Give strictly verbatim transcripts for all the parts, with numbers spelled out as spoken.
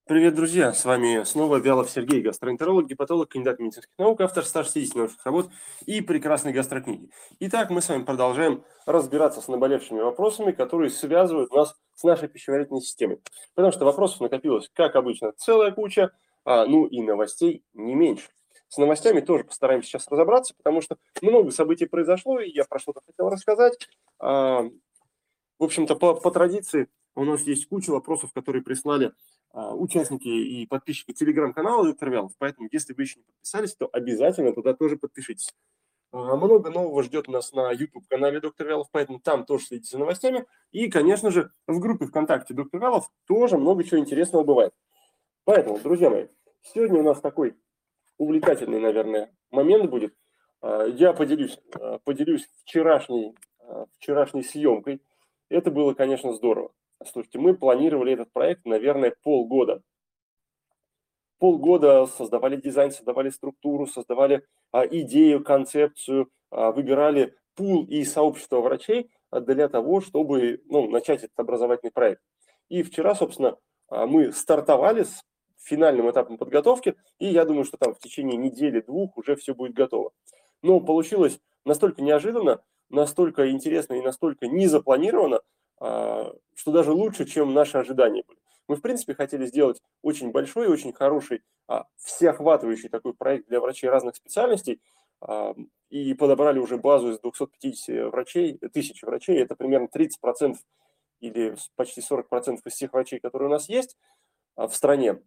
Привет, друзья! С вами снова Вялов Сергей, гастроэнтеролог, гепатолог, кандидат медицинских наук, автор ста шестидесяти научных работ и прекрасной гастрокниги. Итак, мы с вами продолжаем разбираться с наболевшими вопросами, которые связывают нас с нашей пищеварительной системой. Потому что вопросов накопилось, как обычно, целая куча, а, ну и новостей не меньше. С новостями тоже постараемся сейчас разобраться, потому что много событий произошло, и я про что-то хотел рассказать. А, в общем-то, по, по традиции у нас есть куча вопросов, которые прислали а, участники и подписчики телеграм-канала Доктор Вялов. Поэтому, если вы еще не подписались, то обязательно туда тоже подпишитесь. А, много нового ждет нас на YouTube-канале Доктор Вялов, поэтому там тоже следите за новостями. И, конечно же, в группе ВКонтакте Доктор Вялов тоже много чего интересного бывает. Поэтому, друзья мои, сегодня у нас такой увлекательный, наверное, момент будет. А, я поделюсь, поделюсь вчерашней, вчерашней съемкой. Это было, конечно, здорово. Слушайте, мы планировали этот проект, наверное, полгода. Полгода создавали дизайн, создавали структуру, создавали а, идею, концепцию, а, выбирали пул и сообщество врачей для того, чтобы ну, начать этот образовательный проект. И вчера, собственно, мы стартовали с финальным этапом подготовки, и я думаю, что там в течение недели-двух уже все будет готово. Но получилось настолько неожиданно, настолько интересно и настолько незапланировано, что даже лучше, чем наши ожидания были. Мы, в принципе, хотели сделать очень большой, очень хороший, всеохватывающий такой проект для врачей разных специальностей, и подобрали уже базу из двухсот пятидесяти врачей, тысяч врачей, это примерно тридцать процентов или почти сорок процентов из всех врачей, которые у нас есть в стране.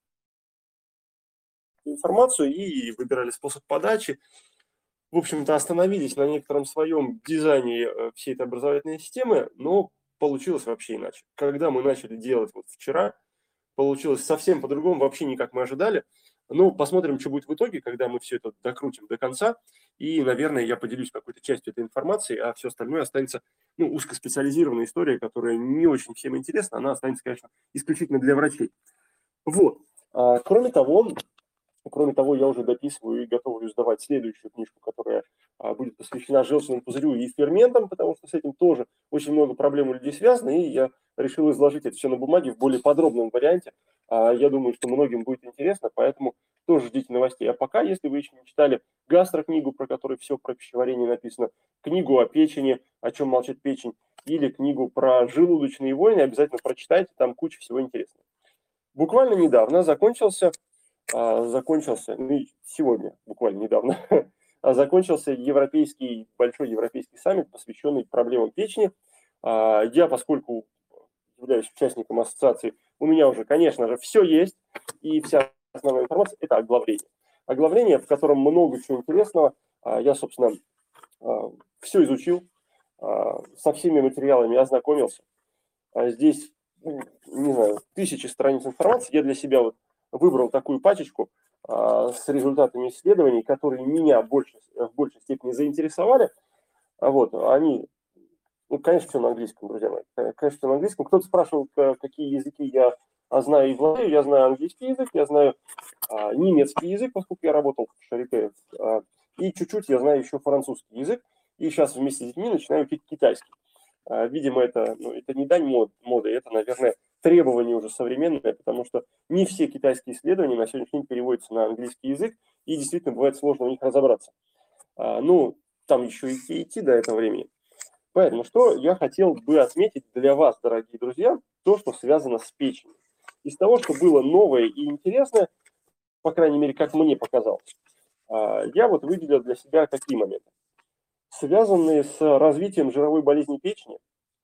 Информацию и выбирали способ подачи. В общем-то, остановились на некотором своем дизайне всей этой образовательной системы, но получилось вообще иначе. Когда мы начали делать вот вчера, получилось совсем по-другому, вообще не как мы ожидали. Ну, посмотрим, что будет в итоге, когда мы все это докрутим до конца. И, наверное, я поделюсь какой-то частью этой информации, а все остальное останется, ну, узкоспециализированная история, которая не очень всем интересна. Она останется, конечно, исключительно для врачей. Вот. А, кроме того, Кроме того, я уже дописываю и готовлю сдавать следующую книжку, которая а, будет посвящена желчному пузырю и ферментам, потому что с этим тоже очень много проблем у людей связано, и я решил изложить это все на бумаге в более подробном варианте. А, я думаю, что многим будет интересно, поэтому тоже ждите новостей. А пока, если вы еще не читали гастрокнигу, про которую все про пищеварение написано, книгу о печени, о чем молчит печень, или книгу про желудочные войны, обязательно прочитайте, там куча всего интересного. Буквально недавно закончился закончился, ну, сегодня, буквально недавно, закончился европейский, большой европейский саммит, посвященный проблемам печени. Я, поскольку являюсь участником ассоциации, у меня уже, конечно же, все есть, и вся основная информация – это оглавление. Оглавление, в котором много чего интересного. Я, собственно, все изучил, со всеми материалами ознакомился. Здесь, не знаю, тысячи страниц информации. Я для себя вот выбрал такую пачечку а, с результатами исследований, которые меня больше, в большей степени заинтересовали. А вот, они, ну, конечно, все на английском, друзья мои. Конечно, все на английском. Кто-то спрашивал, какие языки я знаю и владею. Я знаю английский язык, я знаю а, немецкий язык, поскольку я работал в Шарите. А, и чуть-чуть я знаю еще французский язык. И сейчас вместе с детьми начинаю учить китайский. А, видимо, это, ну, это не дань мод, моды, это, наверное, требование уже современное, потому что не все китайские исследования на сегодняшний день переводятся на английский язык, и действительно бывает сложно в них разобраться. А, ну, там еще идти, идти до этого времени. Поэтому что я хотел бы отметить для вас, дорогие друзья, то, что связано с печенью. Из того, что было новое и интересное, по крайней мере, как мне показалось, а, я вот выделил для себя такие моменты, связанные с развитием жировой болезни печени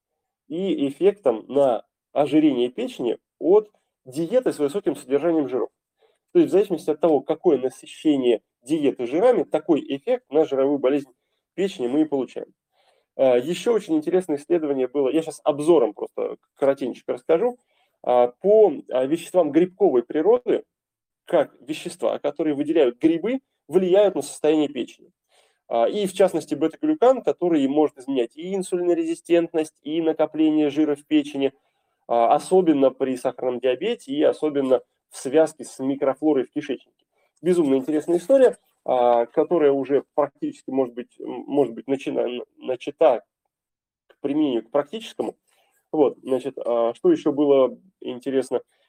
и эффектом на ожирение печени от диеты с высоким содержанием жиров. То есть в зависимости от того, какое насыщение диеты жирами, такой эффект на жировую болезнь печени мы и получаем. Еще очень интересное исследование было, я сейчас обзором просто коротенько расскажу, по веществам грибковой природы, как вещества, которые выделяют грибы, влияют на состояние печени. И, в частности, бета-глюкан, который может изменять и инсулинорезистентность, и накопление жира в печени, особенно при сахарном диабете и особенно в связке с микрофлорой в кишечнике. Безумно интересная история, которая уже практически может быть, может быть начата, начата к применению к практическому. Вот, значит, что еще было интересно?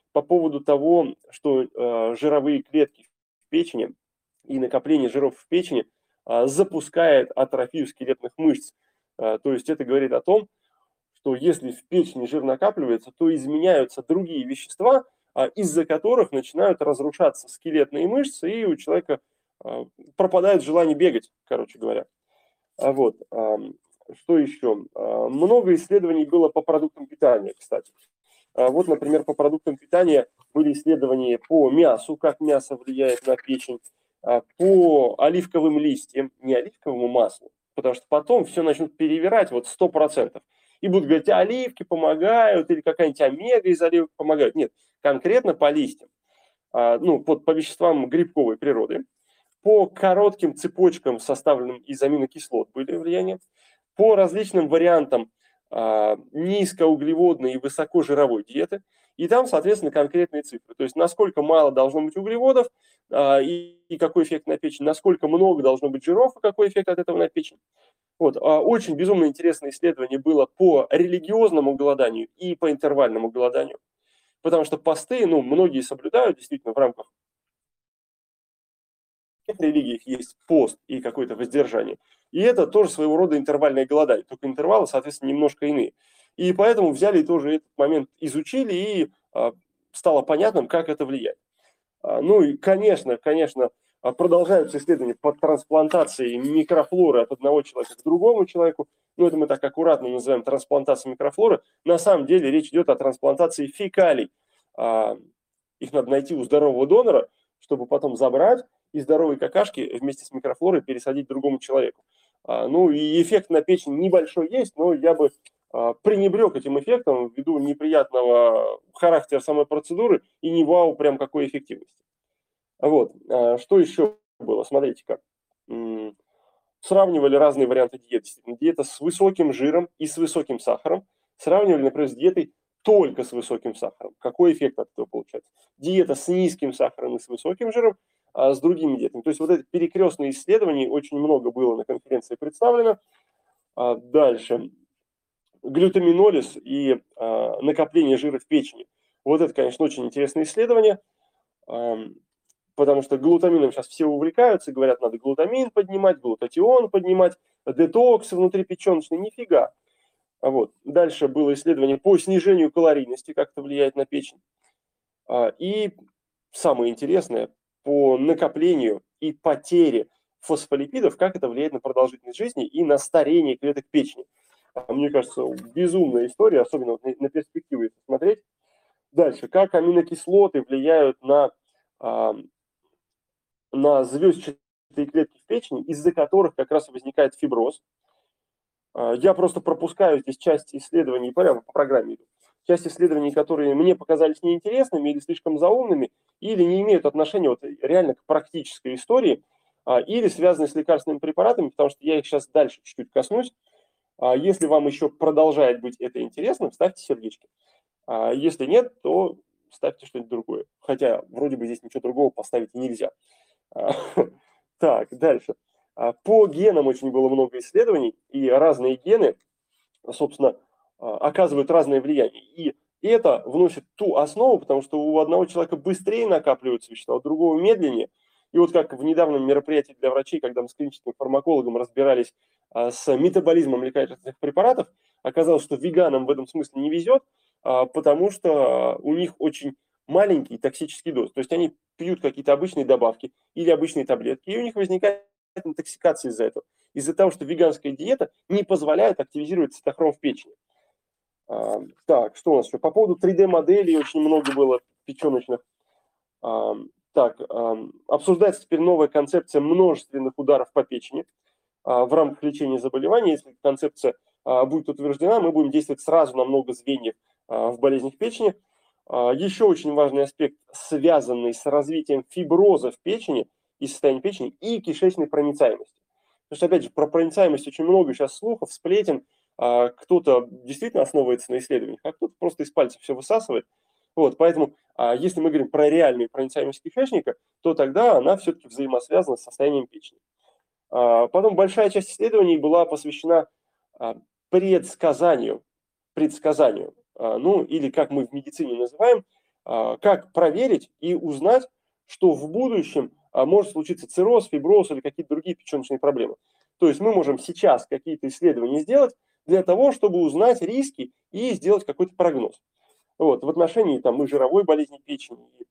по поводу того, что э, жировые клетки в печени и накопление жиров в печени э, запускает атрофию скелетных мышц. Э, то есть это говорит о том, что если в печени жир накапливается, то изменяются другие вещества, э, из-за которых начинают разрушаться скелетные мышцы, и у человека э, пропадает желание бегать, короче говоря. А вот, э, что еще? Э, много исследований было по продуктам питания, кстати. Вот, например, по продуктам питания были исследования по мясу, как мясо влияет на печень, по оливковым листьям, не оливковому маслу, потому что потом все начнут перевирать вот сто процентов. И будут говорить, оливки помогают, или какая-нибудь омега из оливок помогают. Нет, конкретно по листьям, ну, по, по веществам грибковой природы, по коротким цепочкам, составленным из аминокислот, были влияния, по различным вариантам низкоуглеводной и высокожировой диеты, и там, соответственно, конкретные цифры. То есть, насколько мало должно быть углеводов и, и какой эффект на печень, насколько много должно быть жиров и какой эффект от этого на печень. Вот. Очень безумно интересное исследование было по религиозному голоданию и по интервальному голоданию, потому что посты, ну, многие соблюдают действительно в рамках религиях есть пост и какое-то воздержание. И это тоже своего рода интервальное голодание, только интервалы, соответственно, немножко иные. И поэтому взяли и тоже этот момент изучили, и а, стало понятным, как это влияет. А, ну и, конечно, конечно, продолжаются исследования по трансплантации микрофлоры от одного человека к другому человеку. Ну, это мы так аккуратно называем трансплантацией микрофлоры. На самом деле речь идет о трансплантации фекалий. А, их надо найти у здорового донора, чтобы потом забрать и здоровые какашки вместе с микрофлорой пересадить другому человеку. А, ну и эффект на печень небольшой есть, но я бы а, пренебрег этим эффектом ввиду неприятного характера самой процедуры и не вау прям какой эффективности. Вот. А, что еще было? Смотрите-ка. М-м, сравнивали разные варианты диет. Диета с высоким жиром и с высоким сахаром. Сравнивали, например, с диетой только с высоким сахаром. Какой эффект от этого получается? Диета с низким сахаром и с высоким жиром, а с другими диетами. То есть вот это перекрестные исследования, очень много было на конференции представлено. А дальше. Глютаминолиз и а, накопление жира в печени. Вот это, конечно, очень интересное исследование, а, потому что глутамином сейчас все увлекаются, говорят, надо глутамин поднимать, глутатион поднимать, детокс внутрипеченочный, нифига. А вот. Дальше было исследование по снижению калорийности, как это влияет на печень. А, и самое интересное, по накоплению и потере фосфолипидов, как это влияет на продолжительность жизни и на старение клеток печени. Мне кажется, безумная история, особенно на перспективу, если смотреть. Дальше, как аминокислоты влияют на, на звездчатые клетки в печени, из-за которых как раз и возникает фиброз. Я просто пропускаю здесь часть исследований, прямо по программе иду. Часть исследований, которые мне показались неинтересными или слишком заумными, или не имеют отношения вот реально к практической истории, или связаны с лекарственными препаратами, потому что я их сейчас дальше чуть-чуть коснусь. Если вам еще продолжает быть это интересным, ставьте сердечки. Если нет, то ставьте что-нибудь другое. Хотя вроде бы здесь ничего другого поставить нельзя. Так, дальше. По генам очень было много исследований, и разные гены, собственно, оказывают разное влияние. И это вносит ту основу, потому что у одного человека быстрее накапливаются вещества, у другого медленнее. И вот как в недавнем мероприятии для врачей, когда мы с клиническим фармакологом разбирались с метаболизмом лекарственных препаратов, оказалось, что веганам в этом смысле не везет, потому что у них очень маленький токсический доз. То есть они пьют какие-то обычные добавки или обычные таблетки, и у них возникает интоксикация из-за этого. Из-за того, что веганская диета не позволяет активизировать цитохром в печени. А, так, что у нас еще? По поводу три дэ моделей очень много было печеночных. А, так, а, обсуждается теперь новая концепция множественных ударов по печени а, в рамках лечения заболеваний. Если концепция а, будет утверждена, мы будем действовать сразу на много звеньев а, в болезнях печени. А, еще очень важный аспект, связанный с развитием фиброза в печени и состояния печени и кишечной проницаемости. Потому что, опять же, про проницаемость очень много сейчас слухов, сплетен. Кто-то действительно основывается на исследованиях, а кто-то просто из пальца все высасывает. Вот, поэтому, если мы говорим про реальную проницаемость кишечника, то тогда она все-таки взаимосвязана с состоянием печени. Потом большая часть исследований была посвящена предсказанию, предсказанию, ну или как мы в медицине называем, как проверить и узнать, что в будущем может случиться цирроз, фиброз или какие-то другие печеночные проблемы. То есть мы можем сейчас какие-то исследования сделать для того, чтобы узнать риски и сделать какой-то прогноз. Вот, в отношении там, и жировой болезни печени, и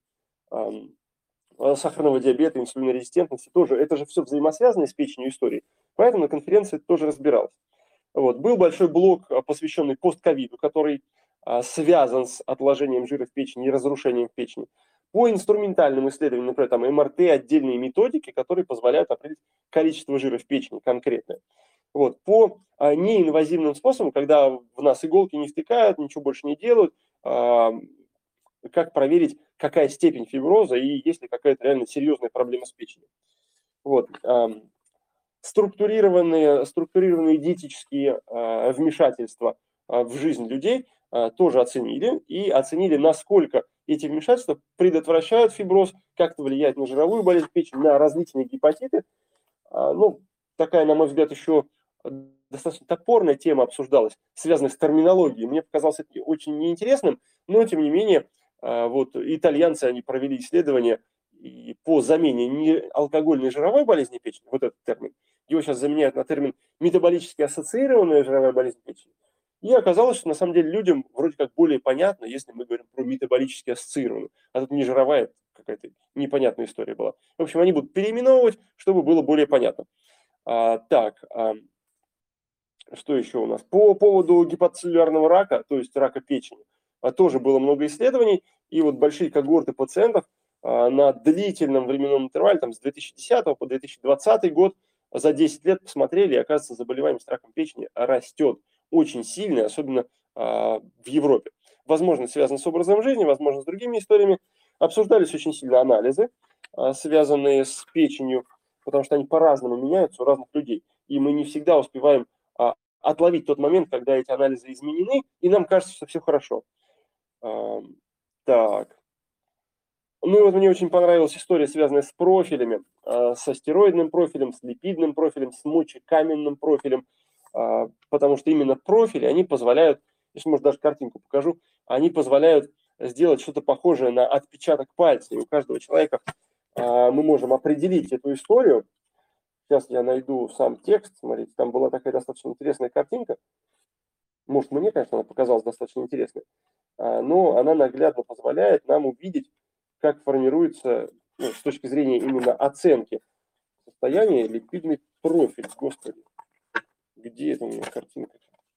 э, сахарного диабета, инсулинорезистентности тоже. Это же все взаимосвязанные с печенью истории. Поэтому на конференции это тоже разбиралось. Вот. Был большой блок, посвященный постковиду, который а, связан с отложением жира в печени и разрушением печени. По инструментальным исследованиям, например, там эм эр тэ, отдельные методики, которые позволяют определить количество жира в печени конкретное. Вот. По а, неинвазивным способам, когда в нас иголки не втыкают, ничего больше не делают, а, как проверить, какая степень фиброза и есть ли какая-то реально серьезная проблема с печенью. Вот. А, структурированные, структурированные диетические а, вмешательства а, в жизнь людей а, тоже оценили и оценили, насколько эти вмешательства предотвращают фиброз, как это влияет на жировую болезнь печени, на различные гепатиты. А, ну, такая, на мой взгляд, еще достаточно топорная тема обсуждалась, связанная с терминологией. Мне показалось это очень неинтересным, но, тем не менее, а, вот итальянцы, они провели исследование и по замене неалкогольной жировой болезни печени, вот этот термин, его сейчас заменяют на термин метаболически ассоциированная жировая болезнь печени. И оказалось, что на самом деле людям вроде как более понятно, если мы говорим про метаболически ассоциированную. А тут не жировая, какая-то непонятная история была. В общем, они будут переименовывать, чтобы было более понятно. А, так, а, что еще у нас? По поводу гепатоцеллюлярного рака, то есть рака печени, а, тоже было много исследований. И вот большие когорты пациентов а, на длительном временном интервале, там, с две тысячи десятого по две тысячи двадцатый год, за десять лет посмотрели, и оказывается, заболеваемость раком печени растет очень сильно, особенно а, в Европе. Возможно, связано с образом жизни, возможно, с другими историями. Обсуждались очень сильно анализы, а, связанные с печенью, потому что они по-разному меняются у разных людей. И мы не всегда успеваем а, отловить тот момент, когда эти анализы изменены, и нам кажется, что все хорошо. А, так. Ну и вот мне очень понравилась история, связанная с профилями, со стероидным профилем, с липидным профилем, с мочекаменным профилем, потому что именно профили, они позволяют, если, может, даже картинку покажу, они позволяют сделать что-то похожее на отпечаток пальца. И у каждого человека мы можем определить эту историю. Сейчас я найду сам текст, смотрите, там была такая достаточно интересная картинка. Может, мне, конечно, она показалась достаточно интересной, но она наглядно позволяет нам увидеть, как формируется, ну, с точки зрения именно оценки состояния, липидный профиль. Господи, где это у меня картинка?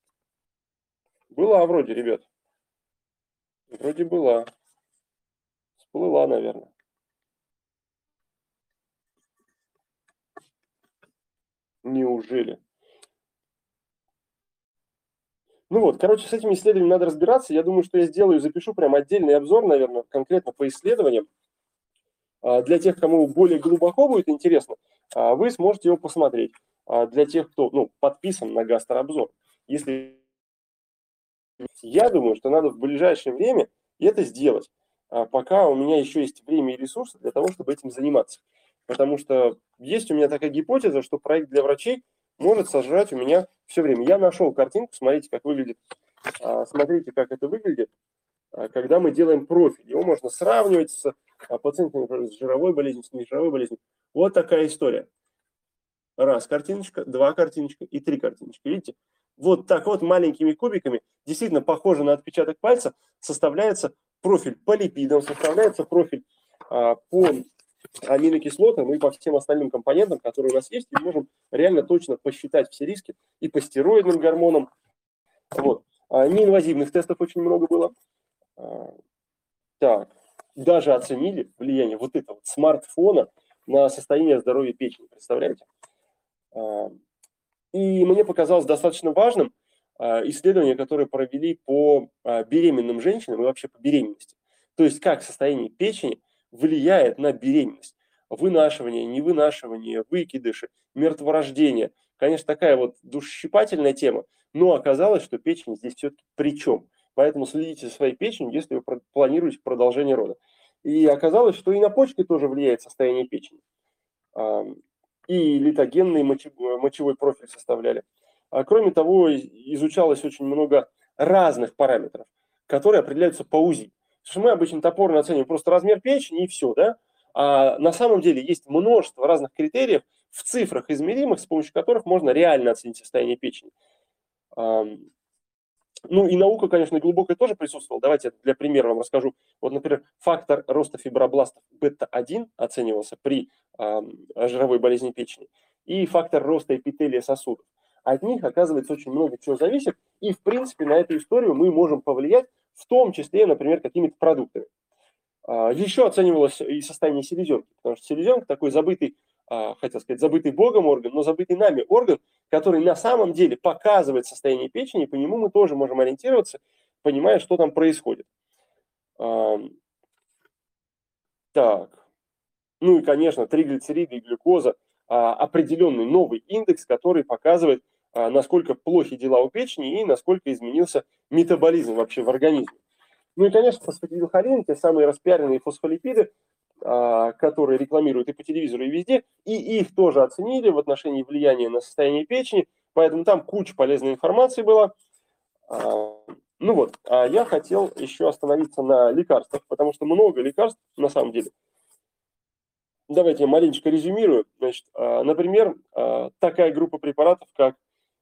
Была вроде, ребят. Вроде была. Всплыла, наверное. Неужели? Ну вот, короче, с этими исследованиями надо разбираться. Я думаю, что я сделаю, запишу прям отдельный обзор, наверное, конкретно по исследованиям. Для тех, кому более глубоко будет интересно, вы сможете его посмотреть. Для тех, кто, ну, подписан на гастрообзор. Если я думаю, что надо в ближайшее время это сделать, пока у меня еще есть время и ресурсы для того, чтобы этим заниматься. Потому что есть у меня такая гипотеза, что проект для врачей может сожрать у меня все время. Я нашел картинку, смотрите, как выглядит, смотрите, как это выглядит, когда мы делаем профиль. Его можно сравнивать с пациентами, например, с жировой болезнью, с нежировой болезнью. Вот такая история. Раз картиночка, два картиночка и три картиночки. Видите? Вот так вот маленькими кубиками, действительно похоже на отпечаток пальца, составляется профиль по липидам, составляется профиль а, по аминокислотам и по всем остальным компонентам, которые у нас есть, и мы можем реально точно посчитать все риски и по стероидным гормонам. Вот. А, неинвазивных тестов очень много было. А, так, даже оценили влияние вот этого вот смартфона на состояние здоровья печени, представляете? А, и мне показалось достаточно важным исследование, которое провели по беременным женщинам и вообще по беременности. То есть как состояние печени влияет на беременность. Вынашивание, невынашивание, выкидыши, мертворождение. Конечно, такая вот душещипательная тема, но оказалось, что печень здесь все-таки при чем. Поэтому следите за своей печенью, если вы планируете продолжение рода. И оказалось, что и на почки тоже влияет состояние печени. И литогенный мочевой профиль составляли. А кроме того, изучалось очень много разных параметров, которые определяются по УЗИ. Потому что мы обычно топорно оцениваем просто размер печени и все, да? А на самом деле есть множество разных критериев в цифрах измеримых, с помощью которых можно реально оценить состояние печени. Ну и наука, конечно, глубокая тоже присутствовала. Давайте для примера вам расскажу. Вот, например, фактор роста фибробластов бета один оценивался при э, жировой болезни печени, и фактор роста эпителия сосудов. От них, оказывается, очень много чего зависит, и, в принципе, на эту историю мы можем повлиять, в том числе, например, какими-то продуктами. Еще оценивалось и состояние селезенки, потому что селезенка такой забытый, хотел сказать, забытый Богом орган, но забытый нами орган, который на самом деле показывает состояние печени, и по нему мы тоже можем ориентироваться, понимая, что там происходит. Так, ну и, конечно, триглицериды и глюкоза, определенный новый индекс, который показывает, насколько плохи дела у печени и насколько изменился метаболизм вообще в организме. Ну и, конечно, фосфатидилхолин, те самые распиаренные фосфолипиды, которые рекламируют и по телевизору, и везде, и их тоже оценили в отношении влияния на состояние печени, поэтому там куча полезной информации была. Ну вот, а я хотел еще остановиться на лекарствах, потому что много лекарств на самом деле. Давайте я маленечко резюмирую. Значит, например, такая группа препаратов, как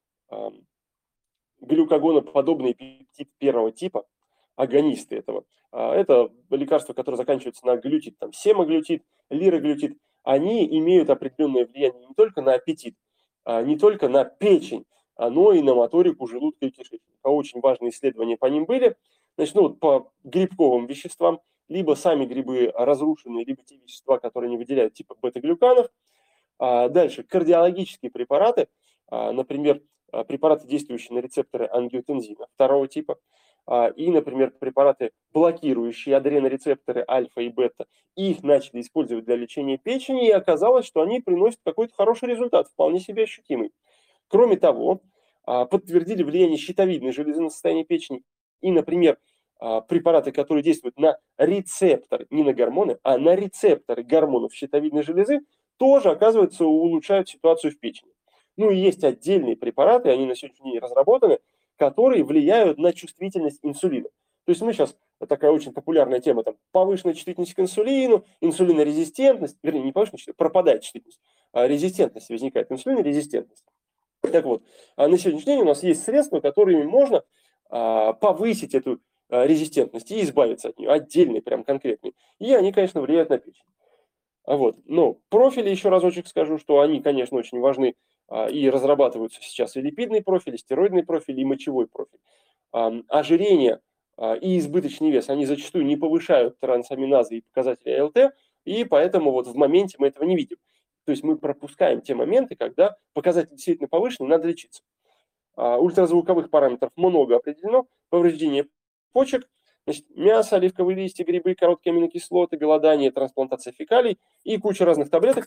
глюкагоноподобный пептид первого типа, агонисты этого. Это лекарства, которые заканчиваются на глютид, там семаглютид, лираглютид. Они имеют определенное влияние не только на аппетит, не только на печень, но и на моторику желудка и кишечника. Очень важные исследования по ним были. Значит, ну вот по грибковым веществам, либо сами грибы разрушенные, либо те вещества, которые они выделяют, типа бета-глюканов. Дальше кардиологические препараты, например, препараты, действующие на рецепторы ангиотензина второго типа, и, например, препараты, блокирующие адренорецепторы альфа и бета, их начали использовать для лечения печени, и оказалось, что они приносят какой-то хороший результат, вполне себе ощутимый. Кроме того, подтвердили влияние щитовидной железы на состояние печени, и, например, препараты, которые действуют на рецепторы, не на гормоны, а на рецепторы гормонов щитовидной железы, тоже, оказывается, улучшают ситуацию в печени. Ну и есть отдельные препараты, они на сегодняшний день разработаны, которые влияют на чувствительность инсулина. То есть мы сейчас, такая очень популярная тема, там, повышенная чувствительность к инсулину, инсулинорезистентность, вернее, не повышенная чувствительность, пропадает чувствительность, а резистентность возникает, инсулинорезистентность. Так вот, на сегодняшний день у нас есть средства, которыми можно повысить эту резистентность и избавиться от нее, отдельные, прям конкретные. И они, конечно, влияют на печень. Вот. Но профили, еще разочек скажу, что они, конечно, очень важны, и разрабатываются сейчас и липидный профиль, и стероидный профиль, и мочевой профиль. Ожирение и избыточный вес, они зачастую не повышают трансаминазы и показатели АЛТ, и поэтому вот в моменте мы этого не видим. То есть мы пропускаем те моменты, когда показатель действительно повышенный, надо лечиться. Ультразвуковых параметров много определено, повреждение почек, значит, мясо, оливковые листья, грибы, короткие аминокислоты, голодание, трансплантация фекалий и куча разных таблеток.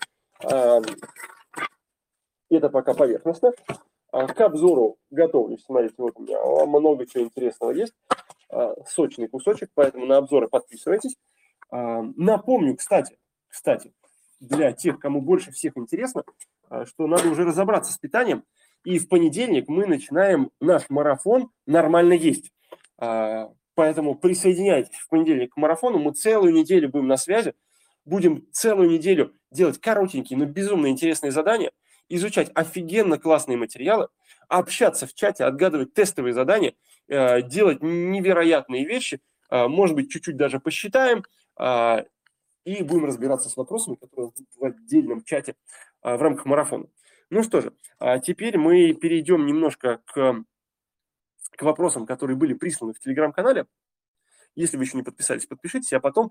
Это пока поверхностно. К обзору готовлюсь. Смотрите, вот у меня много чего интересного есть. Сочный кусочек, поэтому на обзоры подписывайтесь. Напомню, кстати, кстати, для тех, кому больше всех интересно, что надо уже разобраться с питанием. И в понедельник мы начинаем наш марафон «Нормально есть». Поэтому присоединяйтесь в понедельник к марафону. Мы целую неделю будем на связи. Будем целую неделю делать коротенькие, но безумно интересные задания, изучать офигенно классные материалы, общаться в чате, отгадывать тестовые задания, делать невероятные вещи, может быть, чуть-чуть даже посчитаем, и будем разбираться с вопросами, которые в отдельном чате в рамках марафона. Ну что же, теперь мы перейдем немножко к, к вопросам, которые были присланы в Телеграм-канале. Если вы еще не подписались, подпишитесь, а потом...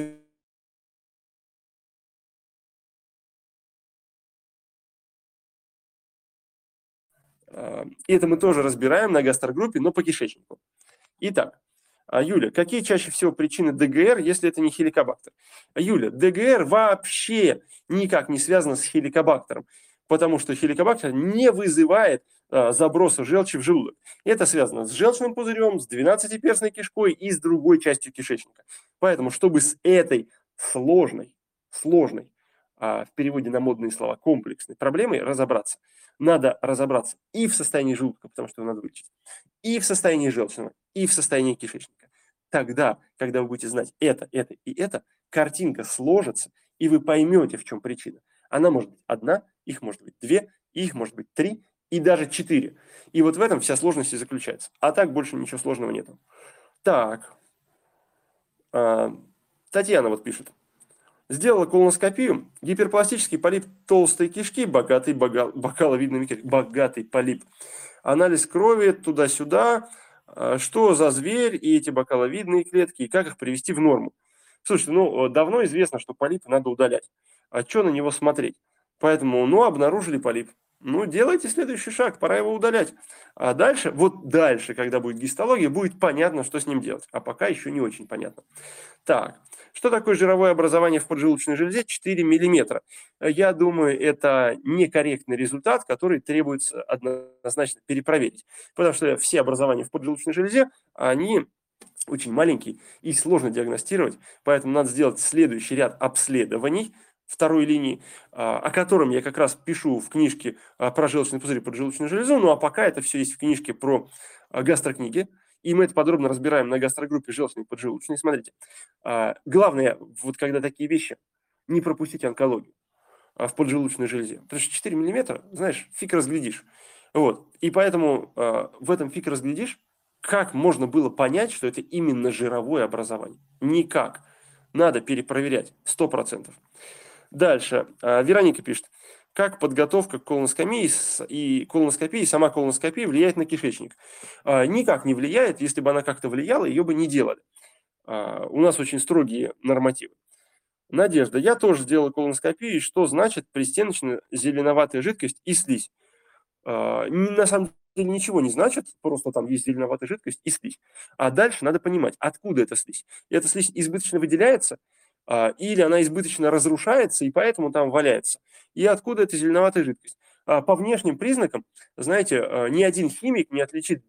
Это мы тоже разбираем на гастрогруппе, но по кишечнику. Итак, Юля, какие чаще всего причины ДГР, если это не хеликобактер? Юля, ДГР вообще никак не связано с хеликобактером, потому что хеликобактер не вызывает а, заброса желчи в желудок. Это связано с желчным пузырем, с двенадцатиперстной кишкой и с другой частью кишечника. Поэтому, чтобы с этой сложной, сложной, а, в переводе на модные слова, комплексной проблемой разобраться, надо разобраться и в состоянии желудка, потому что его надо вылечить, и в состоянии желчного, и в состоянии кишечника. Тогда, когда вы будете знать это, это и это, картинка сложится, и вы поймете, в чем причина. Она может быть одна, их может быть две, их может быть три и даже четыре. И вот в этом вся сложность и заключается. А так больше ничего сложного нету. Так, а, Татьяна вот пишет. Сделала колоноскопию, гиперпластический полип толстой кишки, богатый богал, бокаловидный микель, богатый полип. Анализ крови туда-сюда, что за зверь и эти бокаловидные клетки, и как их привести в норму. Слушайте, ну, давно известно, что полипы надо удалять. А что на него смотреть? Поэтому, ну, обнаружили полип. Ну, делайте следующий шаг, пора его удалять. А дальше, вот дальше, когда будет гистология, будет понятно, что с ним делать. А пока еще не очень понятно. Так, что такое жировое образование в поджелудочной железе? четыре миллиметра. Я думаю, это некорректный результат, который требуется однозначно перепроверить. Потому что все образования в поджелудочной железе, они очень маленькие и сложно диагностировать. Поэтому надо сделать следующий ряд обследований второй линии, о котором я как раз пишу в книжке про желчный пузырь и поджелудочную железу. Ну а пока это все есть в книжке про гастрокниги. И мы это подробно разбираем на гастрогруппе желчной и поджелудочной. Смотрите, главное, вот когда такие вещи, не пропустить онкологию в поджелудочной железе. Потому что четыре миллиметра, знаешь, фиг разглядишь. Вот. И поэтому в этом фиг разглядишь. Как можно было понять, что это именно жировое образование? Никак. Надо перепроверять. Сто процентов. Дальше. Вероника пишет. Как подготовка к колоноскопии и колоноскопии, сама колоноскопия влияет на кишечник? Никак не влияет. Если бы она как-то влияла, ее бы не делали. У нас очень строгие нормативы. Надежда. Я тоже сделала колоноскопию. Что значит пристеночная зеленоватая жидкость и слизь? На самом деле ничего не значит, просто там есть зеленоватая жидкость и слизь. А дальше надо понимать, откуда эта слизь. Эта слизь избыточно выделяется, или она избыточно разрушается, и поэтому там валяется. И откуда эта зеленоватая жидкость? По внешним признакам, знаете, ни один химик не отличит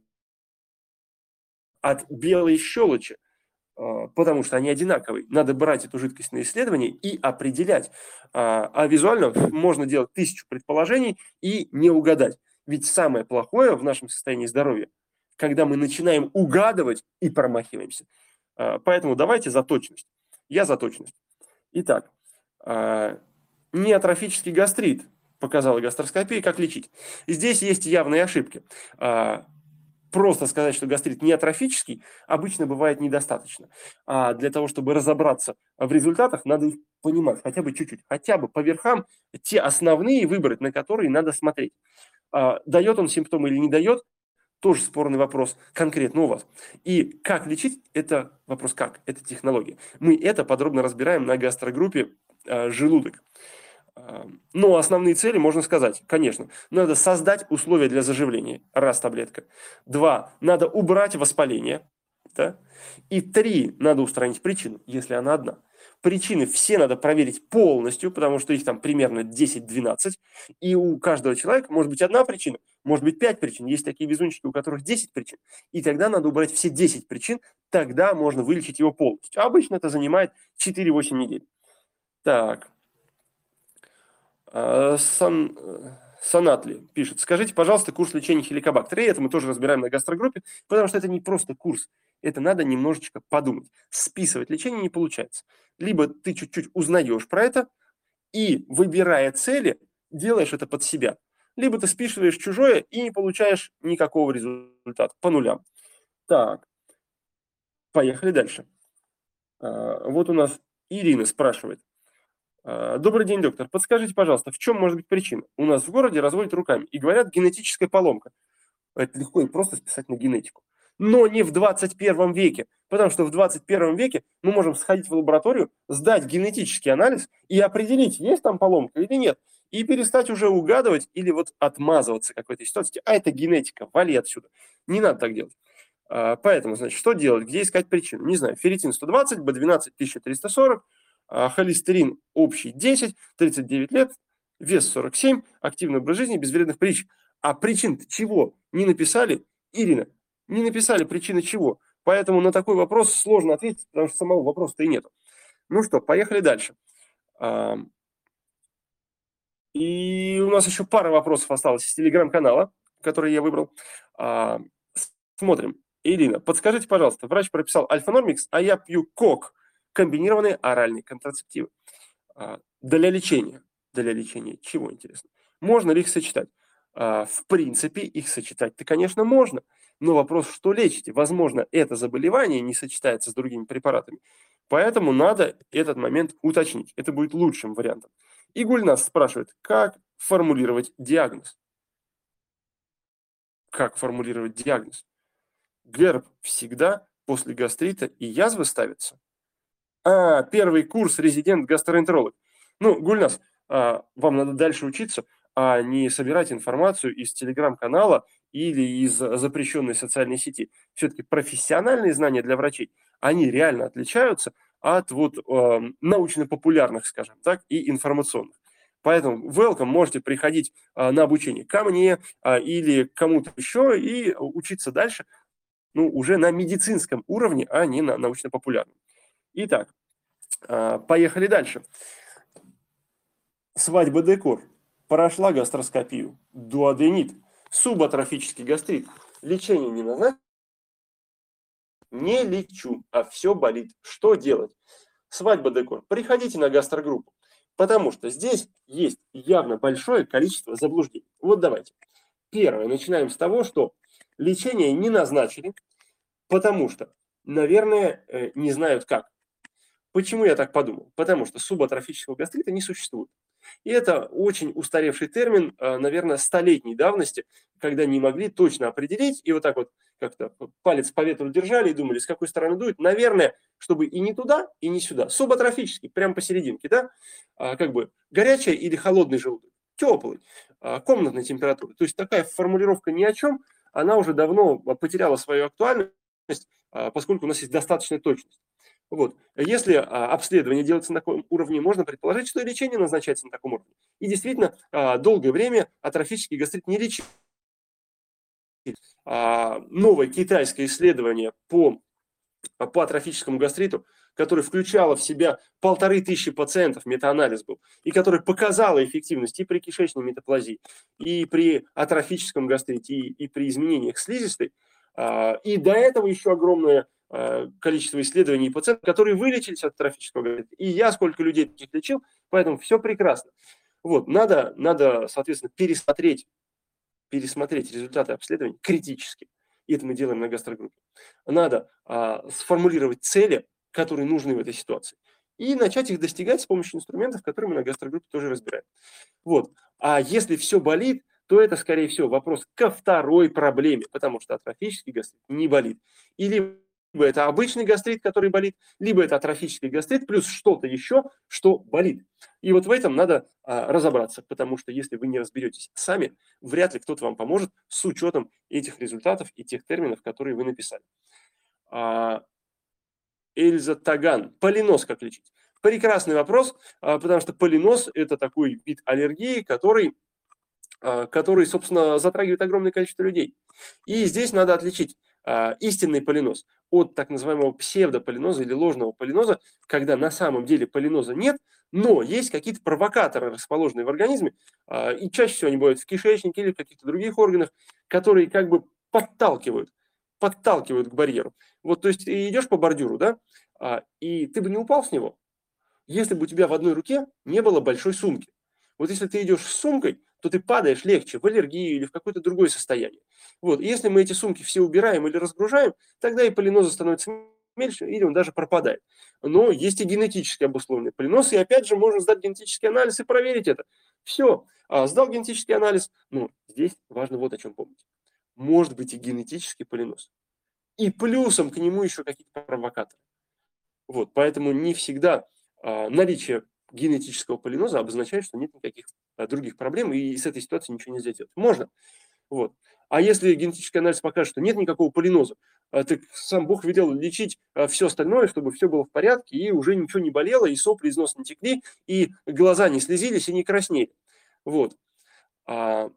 от белой щелочи, потому что они одинаковые. Надо брать эту жидкость на исследование и определять. А визуально можно делать тысячу предположений и не угадать. Ведь самое плохое в нашем состоянии здоровья, когда мы начинаем угадывать и промахиваемся. Поэтому давайте за точность. Я за точность. Итак, неатрофический гастрит показала гастроскопия, как лечить. Здесь есть явные ошибки. Просто сказать, что гастрит не атрофический, обычно бывает недостаточно. А для того, чтобы разобраться в результатах, надо их понимать хотя бы чуть-чуть, хотя бы по верхам те основные выбрать, на которые надо смотреть. А, дает он симптомы или не дает, тоже спорный вопрос конкретно у вас. И как лечить, это вопрос как, это технология. Мы это подробно разбираем на гастрогруппе а, «Желудок». Но основные цели можно сказать, конечно, надо создать условия для заживления, раз таблетка. Два, надо убрать воспаление. Да? И три, надо устранить причину, если она одна. Причины все надо проверить полностью, потому что их там примерно десять-двенадцать. И у каждого человека может быть одна причина, может быть пять причин. Есть такие везунчики, у которых десять причин. И тогда надо убрать все десять причин, тогда можно вылечить его полностью. А обычно это занимает четыре-восемь недель. Так. Сан, Санатли пишет. Скажите, пожалуйста, курс лечения хеликобактера. И это мы тоже разбираем на гастрогруппе, потому что это не просто курс. Это надо немножечко подумать. Списывать лечение не получается. Либо ты чуть-чуть узнаешь про это и, выбирая цели, делаешь это под себя. Либо ты списываешь чужое и не получаешь никакого результата. По нулям. Так. Поехали дальше. Вот у нас Ирина спрашивает. Добрый день, доктор. Подскажите, пожалуйста, в чем может быть причина? У нас в городе разводят руками и говорят генетическая поломка. Это легко и просто списать на генетику. Но не в двадцать первом веке, потому что в двадцать первом веке мы можем сходить в лабораторию, сдать генетический анализ и определить, есть там поломка или нет. И перестать уже угадывать или вот отмазываться какой-то ситуации. А это генетика, вали отсюда. Не надо так делать. Поэтому, значит, что делать? Где искать причину? Не знаю, ферритин сто двадцать, бэ двенадцать тысяча триста сорок, холестерин общий десять, тридцать девять лет, вес сорок семь, активный образ жизни, без вредных привычек. А причин чего не написали, Ирина? Не написали причины чего. Поэтому на такой вопрос сложно ответить, потому что самого вопроса-то и нет. Ну что, поехали дальше. И у нас еще пара вопросов осталось из телеграм-канала, который я выбрал. Смотрим. Элина, подскажите, пожалуйста, врач прописал альфа-нормикс, а я пью кок, комбинированные оральные контрацептивы. Для лечения. Для лечения чего, интересно? Можно ли их сочетать? В принципе, их сочетать-то, конечно, можно. Но вопрос, что лечите? Возможно, это заболевание не сочетается с другими препаратами. Поэтому надо этот момент уточнить. Это будет лучшим вариантом. И Гульнас спрашивает, как формулировать диагноз? Как формулировать диагноз? ГЭРБ всегда после гастрита и язвы ставится? А, первый курс резидент-гастроэнтеролог. Ну, Гульнас, а, вам надо дальше учиться, а не собирать информацию из телеграм-канала или из запрещенной социальной сети. Все-таки профессиональные знания для врачей, они реально отличаются от вот э, научно-популярных, скажем так, и информационных. Поэтому welcome, можете приходить э, на обучение ко мне э, или к кому-то еще и учиться дальше, ну, уже на медицинском уровне, а не на научно-популярном. Итак, э, поехали дальше. Свадьба декор. Прошла гастроскопию. Дуоденит. Субатрофический гастрит. Лечение не назначено. Не лечу, а все болит. Что делать? Свадьба декор. Приходите на гастрогруппу. Потому что здесь есть явно большое количество заблуждений. Вот давайте. Первое. Начинаем с того, что лечение не назначили, потому что, наверное, не знают как. Почему я так подумал? Потому что субатрофического гастрита не существует. И это очень устаревший термин, наверное, столетней давности, когда не могли точно определить, и вот так вот как-то палец по ветру держали и думали, с какой стороны дует. Наверное, чтобы и не туда, и не сюда. Субатрофический, прямо посерединке, да? Как бы горячий или холодный желудок, теплый, комнатной температуры. То есть такая формулировка ни о чем, она уже давно потеряла свою актуальность, поскольку у нас есть достаточная точность. Вот. Если а, обследование делается на таком уровне, можно предположить, что и лечение назначается на таком уровне. И действительно, а, долгое время атрофический гастрит не лечили. А, новое китайское исследование по, по атрофическому гастриту, которое включало в себя полторы тысячи пациентов, метаанализ был, и которое показало эффективность и при кишечной метаплазии, и при атрофическом гастрите, и, и при изменениях слизистой. А, и до этого еще огромное количество исследований и пациентов, которые вылечились от атрофического гастрита. И я сколько людей таких лечил, поэтому все прекрасно. Вот, надо, надо, соответственно, пересмотреть, пересмотреть результаты обследований критически. И это мы делаем на гастрогруппе. Надо а, сформулировать цели, которые нужны в этой ситуации, и начать их достигать с помощью инструментов, которые мы на гастрогруппе тоже разбираем. Вот. А если все болит, то это, скорее всего, вопрос ко второй проблеме, потому что атрофический гастрит не болит. Или либо это обычный гастрит, который болит, либо это атрофический гастрит, плюс что-то еще, что болит. И вот в этом надо а, разобраться, потому что если вы не разберетесь сами, вряд ли кто-то вам поможет с учетом этих результатов и тех терминов, которые вы написали. А, Эльза Таган. Полинос как лечить? Прекрасный вопрос, а, потому что полинос – это такой вид аллергии, который, а, который, собственно, затрагивает огромное количество людей. И здесь надо отличить истинный полинос от так называемого псевдополиноза или ложного полиноза, когда на самом деле полиноза нет, но есть какие-то провокаторы, расположенные в организме, и чаще всего они бывают в кишечнике или в каких-то других органах, которые как бы подталкивают, подталкивают к барьеру. Вот, то есть ты идешь по бордюру, да, и ты бы не упал с него, если бы у тебя в одной руке не было большой сумки. Вот если ты идешь с сумкой, то ты падаешь легче в аллергию или в какое-то другое состояние. Вот. И если мы эти сумки все убираем или разгружаем, тогда и полиноза становится меньше, или он даже пропадает. Но есть и генетически обусловленный полиноз, и опять же можно сдать генетический анализ и проверить это. Все, а, сдал генетический анализ, ну, здесь важно вот о чем помнить. Может быть и генетический полиноз. И плюсом к нему еще какие-то провокаторы. Вот, поэтому не всегда а, наличие генетического полиноза обозначает, что нет никаких а, других проблем, и с этой ситуацией ничего нельзя делать. Можно. Вот. А если генетический анализ покажет, что нет никакого полиноза, а, так сам Бог велел лечить а, все остальное, чтобы все было в порядке, и уже ничего не болело, и сопли из носа не текли, и глаза не слезились, и не краснели. Вот. А,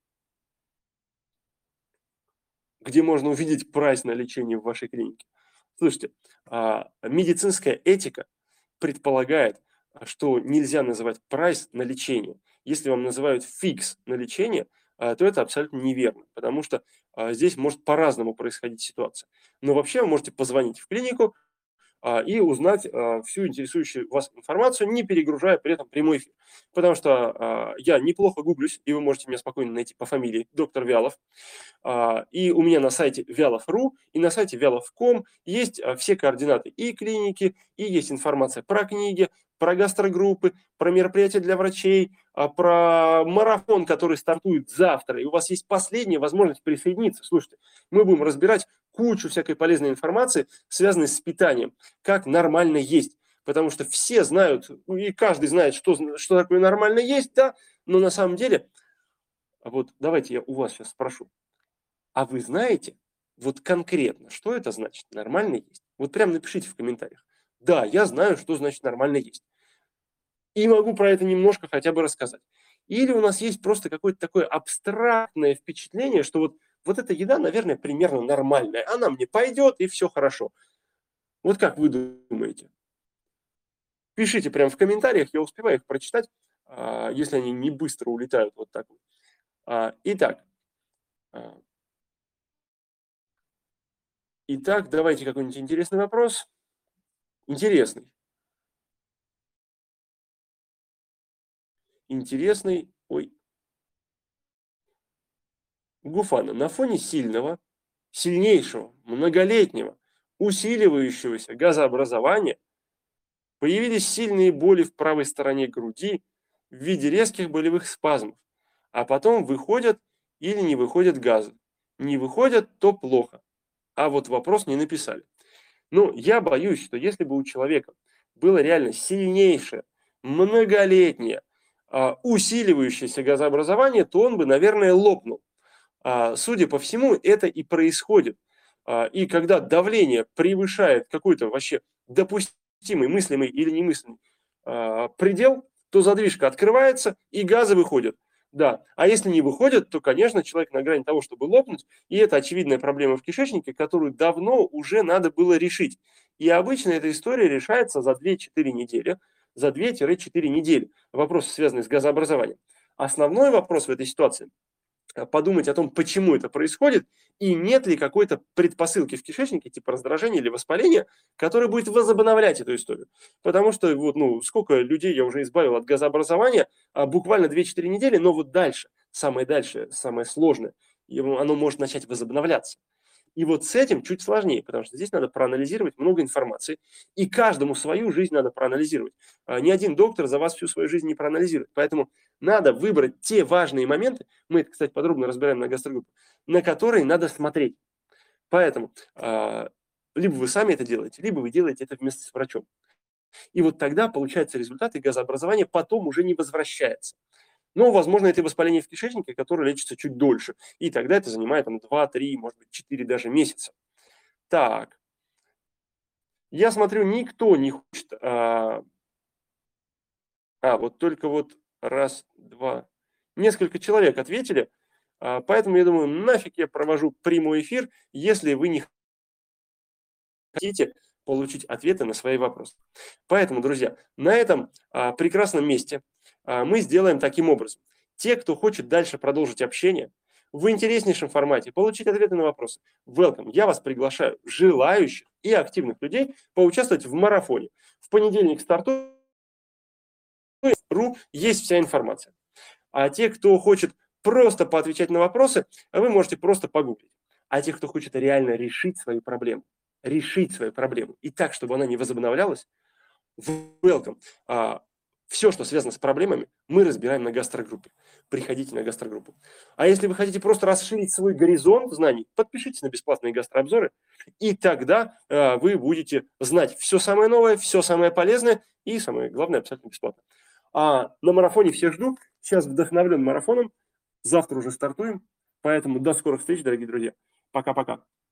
где можно увидеть прайс на лечение в вашей клинике? Слушайте, а, медицинская этика предполагает, что нельзя называть прайс на лечение. Если вам называют фикс на лечение, то это абсолютно неверно, потому что здесь может по-разному происходить ситуация. Но вообще вы можете позвонить в клинику и узнать всю интересующую вас информацию, не перегружая при этом прямой эфир. Потому что я неплохо гуглюсь, и вы можете меня спокойно найти по фамилии доктор Вялов. И у меня на сайте вялов точка ру и на сайте вялов точка ком есть все координаты и клиники, и есть информация про книги, про гастрогруппы, про мероприятия для врачей, про марафон, который стартует завтра. И у вас есть последняя возможность присоединиться. Слушайте, мы будем разбирать кучу всякой полезной информации, связанной с питанием, как нормально есть. Потому что все знают, и каждый знает, что, что такое нормально есть, да, но на самом деле, вот давайте я у вас сейчас спрошу, а вы знаете вот конкретно, что это значит нормально есть? Вот прям напишите в комментариях. Да, я знаю, что значит нормально есть. И могу про это немножко хотя бы рассказать. Или у нас есть просто какое-то такое абстрактное впечатление, что вот, вот эта еда, наверное, примерно нормальная. Она мне пойдет, и все хорошо. Вот как вы думаете? Пишите прямо в комментариях, я успеваю их прочитать, если они не быстро улетают вот так вот. Итак. Итак, давайте какой-нибудь интересный вопрос. Интересный. Интересный. Ой. Гуфана. На фоне сильного, сильнейшего, многолетнего, усиливающегося газообразования появились сильные боли в правой стороне груди в виде резких болевых спазмов, а потом выходят или не выходят газы. Не выходят, то плохо. А вот вопрос не написали. Ну, я боюсь, что если бы у человека было реально сильнейшее, многолетнее, усиливающееся газообразование, то он бы, наверное, лопнул. Судя по всему, это и происходит. И когда давление превышает какой-то вообще допустимый, мыслимый или немыслимый предел, то задвижка открывается и газы выходят. Да, а если не выходят, то, конечно, человек на грани того, чтобы лопнуть, и это очевидная проблема в кишечнике, которую давно уже надо было решить. И обычно эта история решается за две-четыре недели, за две-четыре недели. Вопросы, связанные с газообразованием. Основной вопрос в этой ситуации – подумать о том, почему это происходит, и нет ли какой-то предпосылки в кишечнике, типа раздражения или воспаления, который будет возобновлять эту историю. Потому что вот, ну, сколько людей я уже избавил от газообразования, а буквально две-четыре недели, но вот дальше, самое дальше, самое сложное, оно может начать возобновляться. И вот с этим чуть сложнее, потому что здесь надо проанализировать много информации, и каждому свою жизнь надо проанализировать. Ни один доктор за вас всю свою жизнь не проанализирует. Поэтому надо выбрать те важные моменты, мы это, кстати, подробно разбираем на гастрогруппе, на которые надо смотреть. Поэтому либо вы сами это делаете, либо вы делаете это вместе с врачом. И вот тогда получается результат, и газообразование потом уже не возвращается. Но, возможно, это воспаление в кишечнике, которое лечится чуть дольше. И тогда это занимает там, два-три, может быть, четыре даже месяца. Так. Я смотрю, никто не хочет... А, а вот только вот раз, два... Несколько человек ответили. А, поэтому я думаю, нафиг я провожу прямой эфир, если вы не хотите получить ответы на свои вопросы. Поэтому, друзья, на этом а, прекрасном месте а, мы сделаем таким образом. Те, кто хочет дальше продолжить общение в интереснейшем формате, получить ответы на вопросы, welcome. Я вас приглашаю, желающих и активных людей, поучаствовать в марафоне. В понедельник стартует, есть вся информация. А те, кто хочет просто поотвечать на вопросы, вы можете просто погуглить. А те, кто хочет реально решить свою проблему, решить свою проблему и так, чтобы она не возобновлялась, welcome. А, все, что связано с проблемами, мы разбираем на гастрогруппе. Приходите на гастрогруппу. А если вы хотите просто расширить свой горизонт знаний, подпишитесь на бесплатные гастрообзоры, и тогда а, вы будете знать все самое новое, все самое полезное и, самое главное, абсолютно бесплатно. А на марафоне всех жду. Сейчас вдохновлен марафоном. Завтра уже стартуем. Поэтому до скорых встреч, дорогие друзья. Пока-пока.